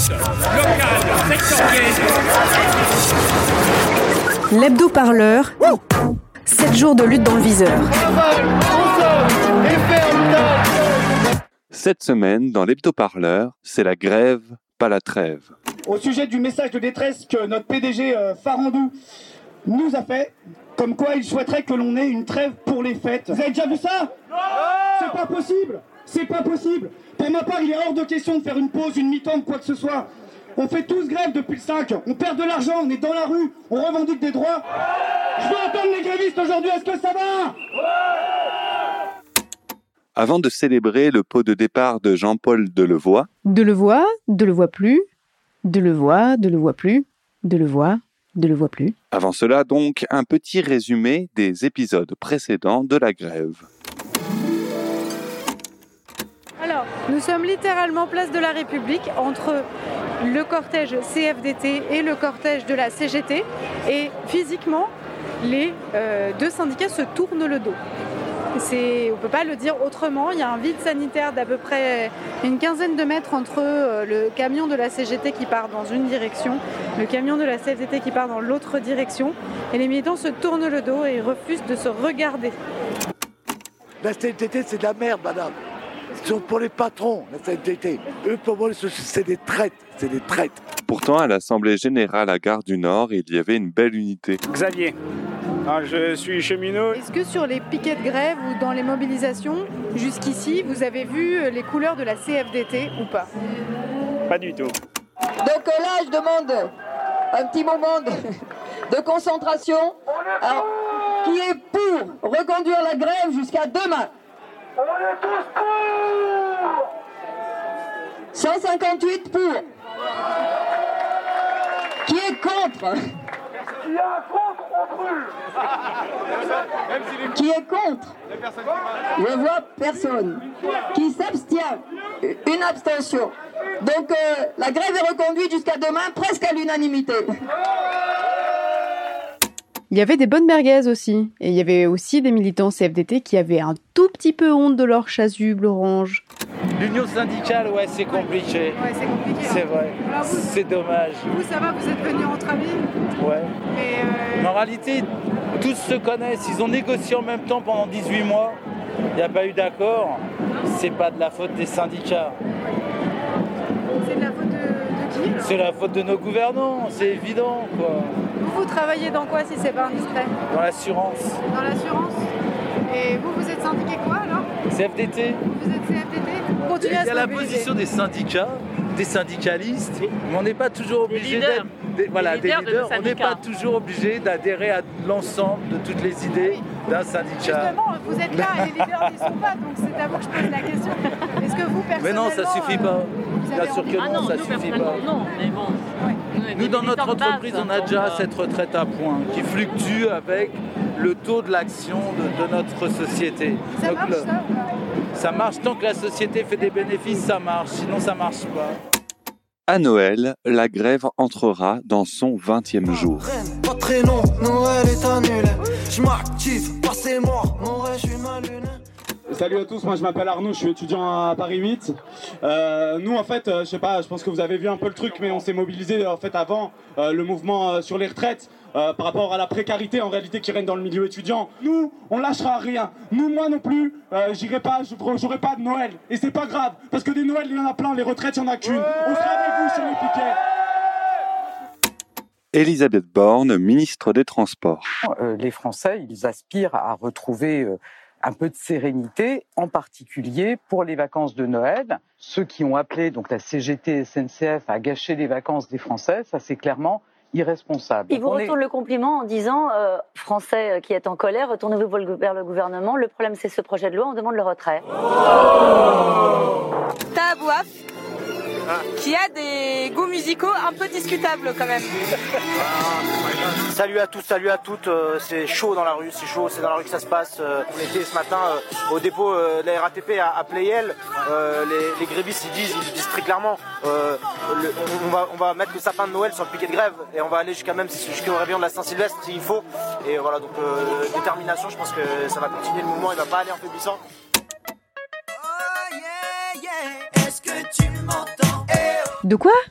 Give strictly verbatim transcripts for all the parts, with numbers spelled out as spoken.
locale, sectorielle. L'hebdo-parleur. sept jours de lutte dans le viseur. Cette semaine, dans l'hebdo-parleur, c'est la grève, pas la trêve. Au sujet du message de détresse que notre P D G euh, Farandou nous a fait, comme quoi il souhaiterait que l'on ait une trêve pour les fêtes. Vous avez déjà vu ça? Non! C'est pas possible! C'est pas possible! Pour ma part, il est hors de question de faire une pause, une mi-temps, quoi que ce soit. On fait tous grève depuis le cinq, on perd de l'argent, on est dans la rue, on revendique des droits. Je veux entendre les grévistes aujourd'hui, est-ce que ça va? Avant de célébrer le pot de départ de Jean-Paul Delevoye, Delevoye, Delevoye plus, Delevoye, Delevoye plus, Delevoye, Delevoye plus. Avant cela donc, un petit résumé des épisodes précédents de la grève. Alors, nous sommes littéralement place de la République entre le cortège C F D T et le cortège de la C G T et physiquement, les euh, deux syndicats se tournent le dos. C'est, on ne peut pas le dire autrement, il y a un vide sanitaire d'à peu près une quinzaine de mètres entre euh, le camion de la C G T qui part dans une direction, le camion de la C F D T qui part dans l'autre direction et les militants se tournent le dos et refusent de se regarder. La C F D T c'est de la merde madame, c'est pour les patrons la C F D T, eux pour moi c'est des traites, c'est des traites. Pourtant à l'Assemblée Générale à Gare du Nord, il y avait une belle unité. Xavier. Ah, je suis cheminot. Est-ce que sur les piquets de grève ou dans les mobilisations, jusqu'ici, vous avez vu les couleurs de la C F D T ou pas? Pas du tout. Donc là, je demande un petit moment de, de concentration. Alors, qui est pour reconduire la grève jusqu'à demain? On est tous pour. cent cinquante-huit pour. Qui est contre? Il y a un contre, on brûle. Qui est contre? Je vois personne. Qui s'abstient? Une abstention. Donc euh, la grève est reconduite jusqu'à demain, presque à l'unanimité. Il y avait des bonnes merguez aussi. Et il y avait aussi des militants C F D T qui avaient un tout petit peu honte de leur chasuble orange. L'union syndicale, ouais, c'est compliqué. Ouais, c'est compliqué. C'est hein. vrai. Alors vous, c'est dommage. Vous, ça va, vous êtes venus entre amis? Ouais. Mais euh... Mais en réalité, tous se connaissent. Ils ont négocié en même temps pendant dix-huit mois. Il n'y a pas eu d'accord. C'est pas de la faute des syndicats. C'est de la faute de, de qui? C'est la faute de nos gouvernants, c'est évident, quoi. Vous, vous travaillez dans quoi, si c'est pas indiscret? Dans l'assurance. Dans l'assurance? Et vous, vous êtes syndiqué quoi, alors? C F D T. Vous êtes C F D T? Continuez à se Il y a la mobiliser. position des syndicats, des syndicalistes, mais on n'est pas toujours obligé d'être... Des, voilà, des leaders, des leaders. On n'est pas toujours obligé d'adhérer à l'ensemble de toutes les idées oui. d'un syndicat. Justement, vous êtes là et les leaders n'y sont pas, donc c'est à vous que je pose la question. Est-ce que vous, personnellement... Mais non, ça suffit pas. Bien sûr que non, ah non, ça nous, suffit pas. Non, mais bon. Ouais. Nous, nous dans notre entreprise, base, on a déjà euh... cette retraite à points qui fluctue avec le taux de l'action de, de notre société. Ça donc, marche, le, ça ou pas? Ça marche tant que la société fait des bénéfices, ça marche. Sinon, ça marche pas. À Noël, la grève entrera dans son vingtième jour. Pas très long, Noël est annulé. Je m'active, passez-moi, Noël, je suis mal luné. Salut à tous, moi je m'appelle Arnaud, je suis étudiant à Paris huit. Euh, nous en fait, euh, je sais pas, je pense que vous avez vu un peu le truc, mais on s'est mobilisé en fait avant euh, le mouvement euh, sur les retraites. Euh, par rapport à la précarité en réalité qui règne dans le milieu étudiant. Nous, on lâchera rien. Nous, moi non plus, euh, j'irai pas, j'aurai pas de Noël. Et c'est pas grave, parce que des Noëls, il y en a plein, les retraites, il y en a qu'une. On sera avec vous sur les piquets. Elisabeth Borne, ministre des Transports. Euh, les Français, ils aspirent à retrouver euh, un peu de sérénité, en particulier pour les vacances de Noël. Ceux qui ont appelé donc la C G T S N C F à gâcher les vacances des Français, ça c'est clairement irresponsable. Il vous retourne est... le compliment en disant euh, Français qui êtes en colère, retournez-vous vers le gouvernement. Le problème, c'est ce projet de loi, on demande le retrait. Oh T'as Abouaf qui a des goûts musicaux un peu discutables quand même. Salut à tous, salut à toutes. Euh, c'est chaud dans la rue, c'est chaud, c'est dans la rue que ça se passe. Euh, on était ce matin euh, au dépôt euh, de la R A T P à, à Pleyel. Euh, les, les grévistes ils disent, ils disent très clairement, euh, le, on, va, on va mettre le sapin de Noël sur le piquet de grève et on va aller jusqu'à même jusqu'au réveillon de la Saint-Sylvestre s'il faut. Et voilà, donc euh, détermination. Je pense que ça va continuer, le mouvement, il va pas aller en faiblissant. Oh yeah, yeah. Est-ce que tu m'entends? De quoi?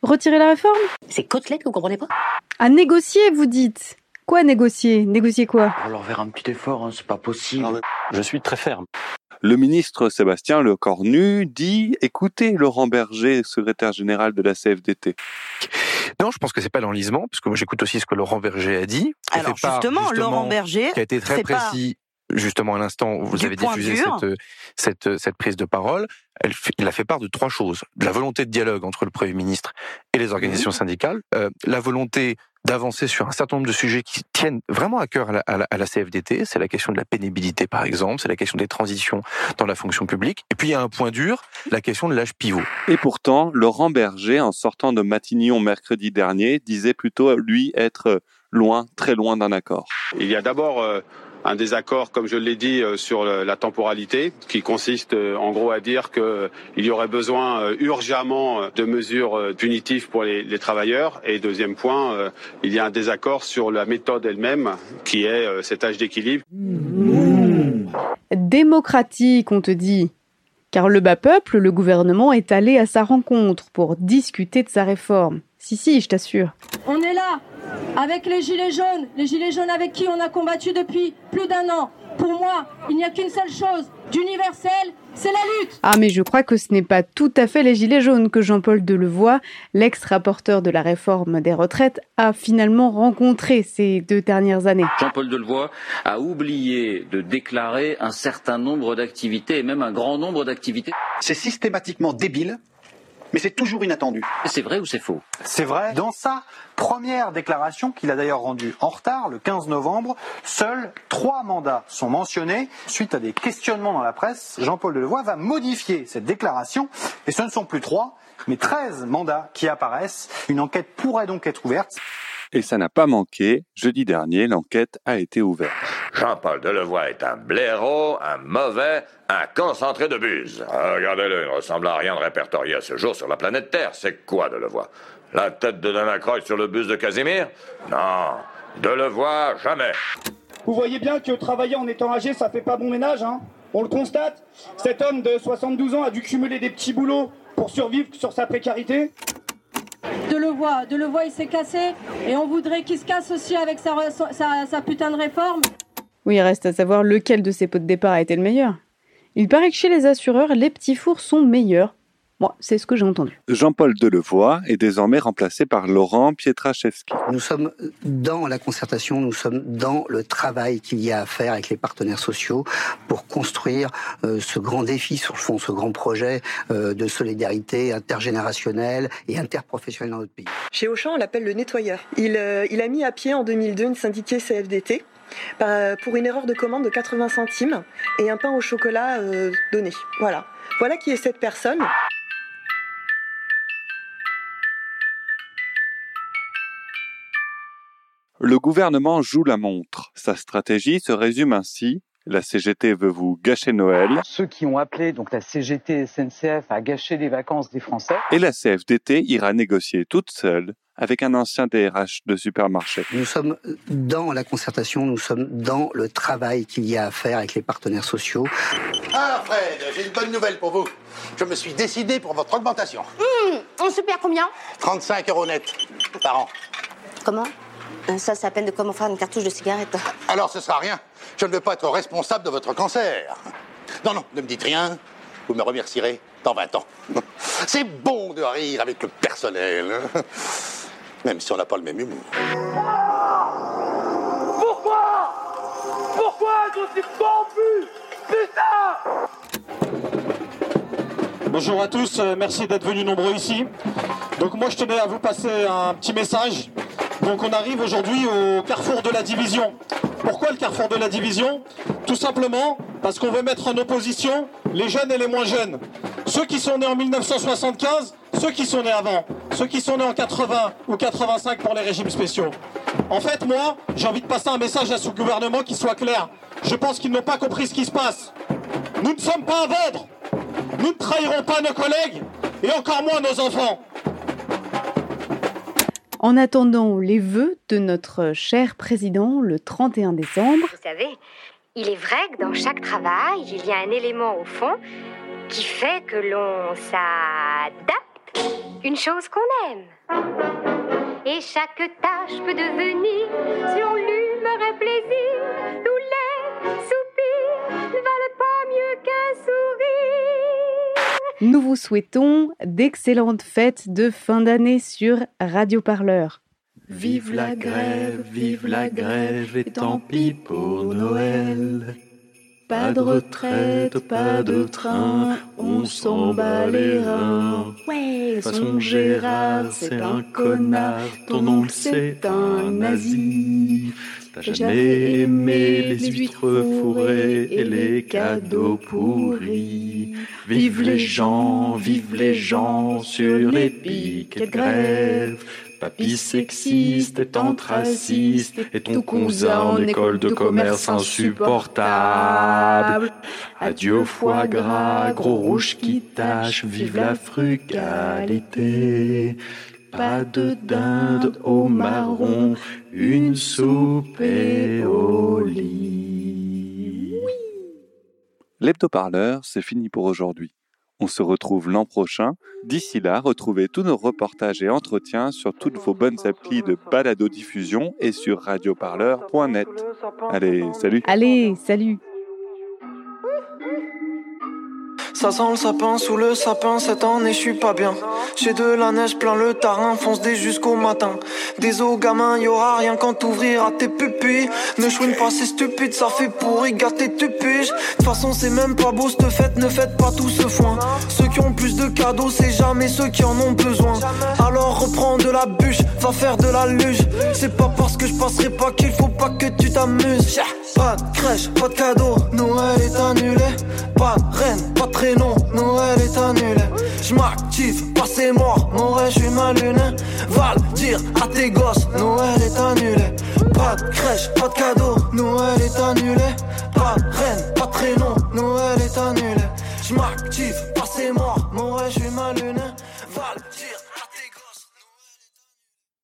Retirer la réforme ? C'est côtelette que vous comprenez pas ? À négocier, vous dites ? Quoi négocier ? Négocier quoi ? On va leur faire un petit effort, hein, c'est pas possible. Non, mais... Je suis très ferme. Le ministre Sébastien Lecornu dit « Écoutez Laurent Berger, secrétaire général de la C F D T ». Non, je pense que c'est pas l'enlisement, parce que moi j'écoute aussi ce que Laurent Berger a dit. Alors fait part, justement, justement, Laurent Berger, qui a été très précis. Justement, à l'instant, vous avez diffusé cette, cette, cette prise de parole. Elle, il a fait part de trois choses. De la volonté de dialogue entre le Premier ministre et les organisations syndicales, euh, la volonté d'avancer sur un certain nombre de sujets qui tiennent vraiment à cœur à la, à la, à la C F D T. C'est la question de la pénibilité, par exemple. C'est la question des transitions dans la fonction publique. Et puis, il y a un point dur, la question de l'âge pivot. Et pourtant, Laurent Berger, en sortant de Matignon mercredi dernier, disait plutôt, lui, être loin, très loin d'un accord. Il y a d'abord... Euh... un désaccord, comme je l'ai dit, sur la temporalité, qui consiste en gros à dire qu'il y aurait besoin urgemment de mesures punitives pour les, les travailleurs. Et deuxième point, il y a un désaccord sur la méthode elle-même, qui est cet âge d'équilibre. Démocratique, on te dit. Car le bas peuple, le gouvernement est allé à sa rencontre pour discuter de sa réforme. Si, si, je t'assure. On est là, avec les gilets jaunes, les gilets jaunes avec qui on a combattu depuis plus d'un an. Pour moi, il n'y a qu'une seule chose, d'universel, c'est la lutte. Ah mais je crois que ce n'est pas tout à fait les gilets jaunes que Jean-Paul Delevoye, l'ex-rapporteur de la réforme des retraites, a finalement rencontré ces deux dernières années. Jean-Paul Delevoye a oublié de déclarer un certain nombre d'activités, et même un grand nombre d'activités. C'est systématiquement débile. Mais c'est toujours inattendu. C'est vrai ou c'est faux ? C'est vrai. Dans sa première déclaration, qu'il a d'ailleurs rendue en retard, le quinze novembre, seuls trois mandats sont mentionnés. Suite à des questionnements dans la presse, Jean-Paul Delevoye va modifier cette déclaration. Et ce ne sont plus trois, mais treize mandats qui apparaissent. Une enquête pourrait donc être ouverte. Et ça n'a pas manqué. Jeudi dernier, l'enquête a été ouverte. Jean-Paul Delevoye est un blaireau, un mauvais, un concentré de buse. Ah, regardez-le, il ne ressemble à rien de répertorié à ce jour sur la planète Terre. C'est quoi Delevoye ? La tête de Dana Croix sur le bus de Casimir ? Non, Delevoye, jamais. Vous voyez bien que travailler en étant âgé, ça fait pas bon ménage, hein ? On le constate. Cet homme de soixante-douze ans a dû cumuler des petits boulots pour survivre sur sa précarité. Delevoye, Delevoye il s'est cassé et on voudrait qu'il se casse aussi avec sa, sa, sa putain de réforme. Oui, il reste à savoir lequel de ses pots de départ a été le meilleur. Il paraît que chez les assureurs, les petits fours sont meilleurs. Moi, c'est ce que j'ai entendu. Jean-Paul Delevoye est désormais remplacé par Laurent Pietraszewski. Nous sommes dans la concertation, nous sommes dans le travail qu'il y a à faire avec les partenaires sociaux pour construire euh, ce grand défi, sur le fond, ce grand projet euh, de solidarité intergénérationnelle et interprofessionnelle dans notre pays. Chez Auchan, on l'appelle le nettoyeur. Il, euh, il a mis à pied en deux mille deux une syndiquée C F D T pour une erreur de commande de quatre-vingts centimes et un pain au chocolat euh, donné. Voilà. Voilà qui est cette personne. Le gouvernement joue la montre. Sa stratégie se résume ainsi. La C G T veut vous gâcher Noël. Ceux qui ont appelé donc la C G T S N C F à gâcher les vacances des Français. Et la C F D T ira négocier toute seule avec un ancien D R H de supermarché. Nous sommes dans la concertation, nous sommes dans le travail qu'il y a à faire avec les partenaires sociaux. Alors Fred, j'ai une bonne nouvelle pour vous. Je me suis décidé pour votre augmentation. Mmh, on se perd combien ? trente-cinq euros net par an. Comment ? Ça, c'est à peine de comment faire une cartouche de cigarette. Alors ce sera rien. Je ne veux pas être responsable de votre cancer. Non, non, ne me dites rien. Vous me remercierez dans vingt ans. C'est bon de rire avec le personnel. Même si on n'a pas le même humour. Pourquoi Pourquoi êtes-vous aussi confus Putain! Bonjour à tous, euh, merci d'être venus nombreux ici. Donc moi je tenais à vous passer un petit message. Donc on arrive aujourd'hui au carrefour de la division. Pourquoi le carrefour de la division ? Tout simplement parce qu'on veut mettre en opposition les jeunes et les moins jeunes. Ceux qui sont nés en mille neuf cent soixante-quinze, ceux qui sont nés avant, ceux qui sont nés en quatre-vingts ou quatre-vingt-cinq pour les régimes spéciaux. En fait, moi, j'ai envie de passer un message à ce gouvernement qui soit clair. Je pense qu'ils n'ont pas compris ce qui se passe. Nous ne sommes pas à vendre. Nous ne trahirons pas nos collègues et encore moins nos enfants. En attendant les vœux de notre cher président le trente et un décembre. Vous savez, il est vrai que dans chaque travail, il y a un élément au fond qui fait que l'on s'adapte. une chose qu'on aime. Et chaque tâche peut devenir, selon l'humeur et plaisir, tous les soupirs ne valent pas mieux qu'un sourire. Nous vous souhaitons d'excellentes fêtes de fin d'année sur Radio Parleur. Vive la grève, vive la grève, et tant pis pour Noël. Pas de retraite, pas de train, on s'en bat les reins. Ouais, de toute façon Gérard, c'est un connard, ton oncle c'est un nazi. T'as jamais aimé les huîtres fourrées et les cadeaux pourris. Vive les gens, vive les gens sur les piquets de grève. Papy sexiste et tante raciste et ton cousin en école de commerce insupportable. Adieu foie gras, gros rouge qui tâche, vive la frugalité. Pas de dinde au marron, une soupe et au lit. L'hebdo-parleur, c'est fini pour aujourd'hui. On se retrouve l'an prochain. D'ici là, retrouvez tous nos reportages et entretiens sur toutes vos bonnes applis de balado-diffusion et sur radioparleur point net. Allez, salut. Allez, salut. Ça sent le sapin sous le sapin, cette année je suis pas bien. J'ai de la neige plein le tarin, fonce des jusqu'au matin. Désolé gamin, y'aura rien quand t'ouvriras tes pupilles. Ne chouine pas, c'est stupide, ça fait pourri, gâter tu piges. De toute façon c'est même pas beau cette fête, ne faites pas tout ce foin. Ceux qui ont plus de cadeaux, c'est jamais ceux qui en ont besoin. Alors reprends de la bûche, va faire de la luge. C'est pas parce que je passerai pas qu'il faut pas que tu t'amuses. Pas de crèche, pas de cadeau, Noël est annulé. Pas de reine, pas de prénom, Noël est annulé. J'm'active, passez moi, mon rêve, j'suis ma lune. Va le dire à tes gosses, Noël est annulé. Pas de crèche, pas de cadeau, Noël est annulé. Pas de reine, pas de prénom, Noël est annulé. J'm'active, passez moi, mon rêve, j'suis ma lune.